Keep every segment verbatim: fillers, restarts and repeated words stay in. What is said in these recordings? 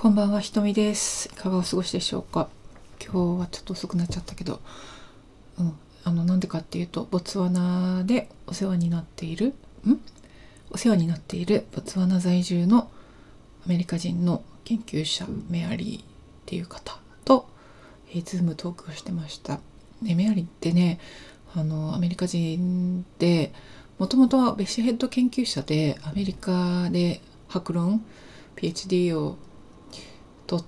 こんばんは、ひとみです。いかがお過ごしでしょうか。今日はちょっと遅くなっちゃったけど、うん、あのなんでかっていうと、ボツワナでお世話になっているんお世話になっているボツワナ在住のアメリカ人の研究者メアリーっていう方と、えー、ズームトークをしてました。でメアリーってね、あのアメリカ人で、もともとはベッシュヘッド研究者で、アメリカで博論 ピーエイチディー を取って、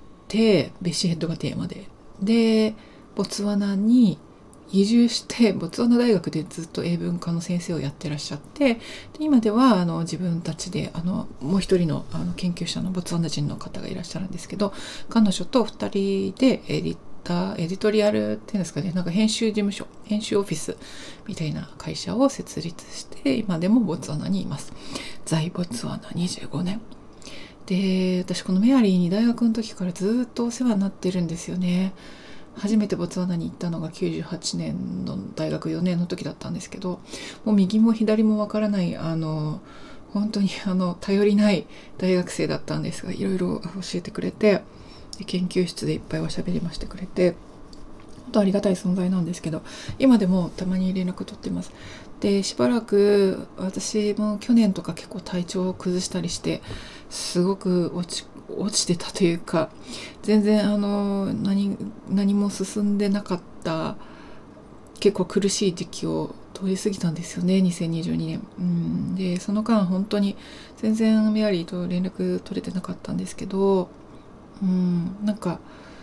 ベッシュヘッドがテーマででボツワナに移住して、ボツワナ大学でずっと英文科の先生をやってらっしゃって、で今ではあの自分たちであのもう一人のあの研究者のボツワナ人の方がいらっしゃるんですけど、彼女とふたりでエディターエディトリアルっていうんですかね、なんか編集事務所、編集オフィスみたいな会社を設立して、今でもボツワナにいます。在ボツワナにじゅうごねんで、私このメアリーに大学の時からずっとお世話になってるんですよね。初めてボツワナに行ったのがきゅうじゅうはちねんの大学よねんの時だったんですけど、もう右も左もわからない、あの本当にあの頼りない大学生だったんですが、いろいろ教えてくれて、で研究室でいっぱいおしゃべりもしてくれて、本当ありがたい存在なんですけど、今でもたまに連絡取ってます。でしばらく私も去年とか結構体調を崩したりして、すごく落ち落ちてたというか、全然あの 何, 何も進んでなかった、結構苦しい時期を通り過ぎたんですよね、にせんにじゅうにねん。うんでその間本当に全然メアリーと連絡取れてなかったんですけど、うんなんか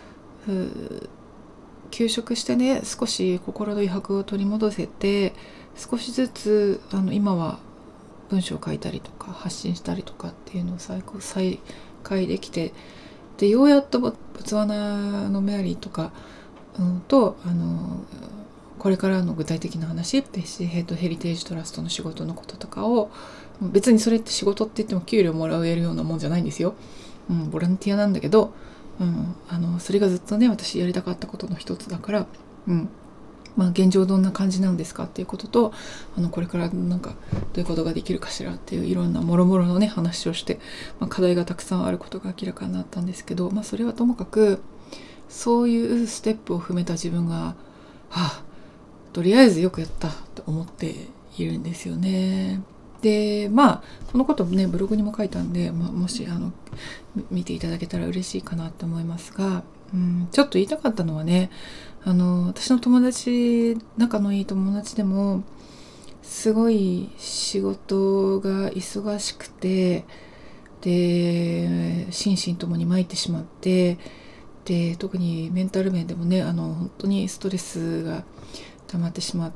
休職してね、少し心の余白を取り戻せて、少しずつあの今は文章を書いたりとか発信したりとかっていうのを再再開できて、でようやっとボツワナのメアリーとか、うん、とあのこれからの具体的な話、ベッシュヘッドヘリテージトラストの仕事のこととかを、別にそれって仕事って言っても給料もらえるようなもんじゃないんですよ、うん、ボランティアなんだけど、うん、あのそれがずっとね、私やりたかったことの一つだから、うんまあ、現状どんな感じなんですかっていうことと、あのこれからなんかどういうことができるかしらっていう、いろんなもろもろのね話をして、まあ、課題がたくさんあることが明らかになったんですけど、まあ、それはともかく、そういうステップを踏めた自分が、はあ、とりあえずよくやったと思っているんですよね。でまあこのことねブログにも書いたんで、まあ、もしあの見ていただけたら嬉しいかなと思いますが、うん、ちょっと言いたかったのはね、あの私の友達、仲のいい友達でもすごい仕事が忙しくて、で心身ともに参ってしまって、で特にメンタル面でもね、あの本当にストレスが溜まってしまって、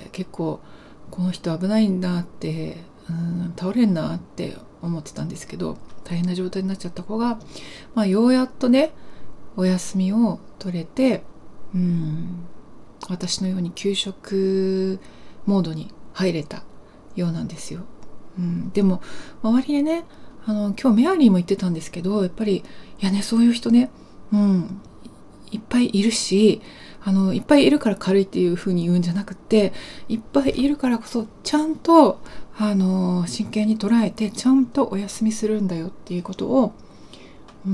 結構この人危ないんだって、うん、倒れんなって思ってたんですけど、大変な状態になっちゃった子が、まあ、ようやっとねお休みを取れて、うん、私のように休職モードに入れたようなんですよ、うん、でも周りでね、あの今日メアリーも言ってたんですけど、やっぱりいやね、そういう人ね、うん、いっぱいいるし、あのいっぱいいるから軽いっていう風に言うんじゃなくて、いっぱいいるからこそちゃんとあの真剣に捉えて、ちゃんとお休みするんだよっていうことを、うん、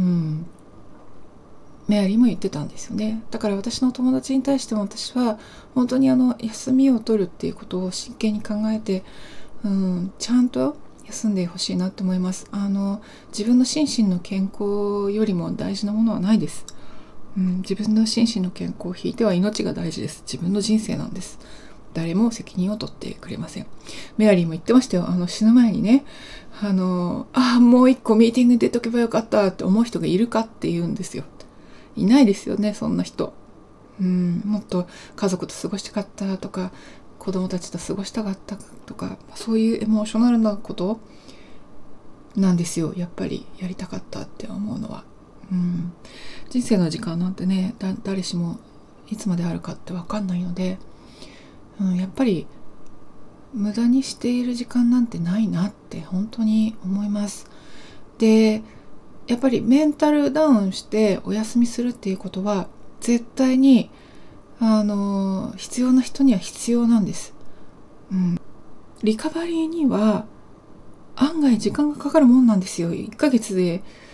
メアリーも言ってたんですよね。だから私の友達に対しても、私は本当にあの休みを取るっていうことを真剣に考えて、うん、ちゃんと休んでほしいなと思います。あの自分の心身の健康よりも大事なものはないです、うん、自分の心身の健康を引いては命が大事です。自分の人生なんです。誰も責任を取ってくれません。メアリーも言ってましたよ。あの死ぬ前にね、あのあもう一個ミーティングに出とけばよかったって思う人がいるかって言うんですよ。いないですよね、そんな人。うん、もっと家族と過ごしたかったとか、子供たちと過ごしたかったとか、そういうエモーショナルなことなんですよ、やっぱりやりたかったって思うのは。うん、人生の時間なんてね、だ誰しもいつまであるかって分かんないので、うん、やっぱり無駄にしている時間なんてないなって本当に思います。でやっぱりメンタルダウンしてお休みするっていうことは絶対にあの必要な人には必要なんです、うん、リカバリーには案外時間がかかるもんなんですよ。いっかげつで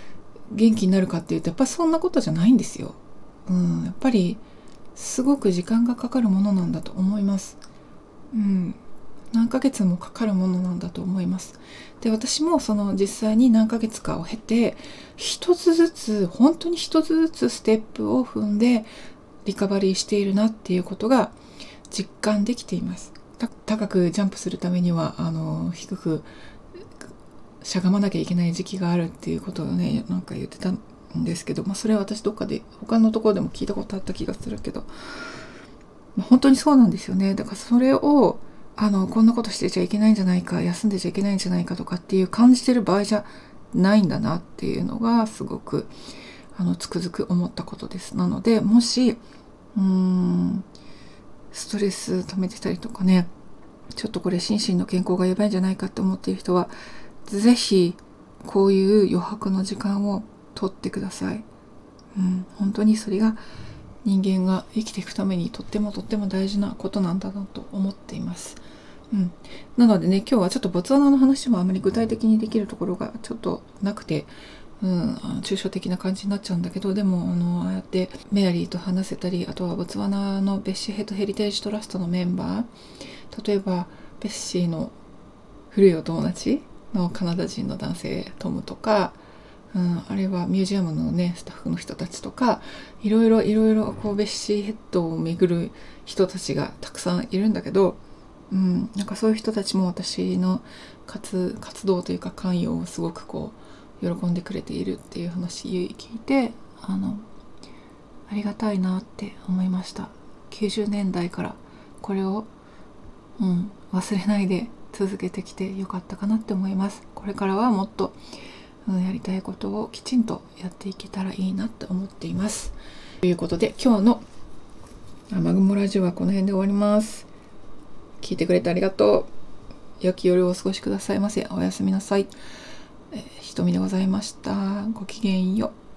元気になるかっていうとやっぱりそんなことじゃないんですよ。うん、やっぱりすごく時間がかかるものなんだと思います。うん、何ヶ月もかかるものなんだと思います。で、私もその実際に何ヶ月かを経て一つずつ本当に一つずつステップを踏んでリカバリーしているなっていうことが実感できています。高くジャンプするためにはあの低くしゃがまなきゃいけない時期があるっていうことをねなんか言ってたんですけど、まあ、それは私どっかで他のところでも聞いたことあった気がするけど、まあ、本当にそうなんですよね。だからそれをあのこんなことしてちゃいけないんじゃないか、休んでちゃいけないんじゃないかとかっていう感じてる場合じゃないんだなっていうのがすごくあのつくづく思ったことです。なのでもしうーんストレス溜めてたりとかね、ちょっとこれ心身の健康がやばいんじゃないかって思っている人はぜひこういう余白の時間を取ってください。うん、本当にそれが人間が生きていくためにとってもとっても大事なことなんだなと思っています。うん、なのでね、今日はちょっとボツワナの話もあまり具体的にできるところがちょっとなくて、うん、抽象的な感じになっちゃうんだけど、でもあのああやってメアリーと話せたり、あとはボツワナのベッシーヘッドヘリテージトラストのメンバー、例えばベッシーの古いお友達のカナダ人の男性トムとか、うん、あるいはミュージアムのねスタッフの人たちとか、いろいろいろいろこうベッシーヘッドを巡る人たちがたくさんいるんだけど、うん、なんかそういう人たちも私の活、活動というか関与をすごくこう喜んでくれているっていう話聞いて、あのありがたいなって思いました。きゅうじゅうねんだいからこれを、うん、忘れないで続けてきてよかったかなって思います。これからはもっと、うん、やりたいことをきちんとやっていけたらいいなって思っています。ということで今日の雨雲ラジオはこの辺で終わります。聞いてくれてありがとう。良き夜をお過ごしくださいませ。おやすみなさい。えー、ひとみでございました。ごきげんよう。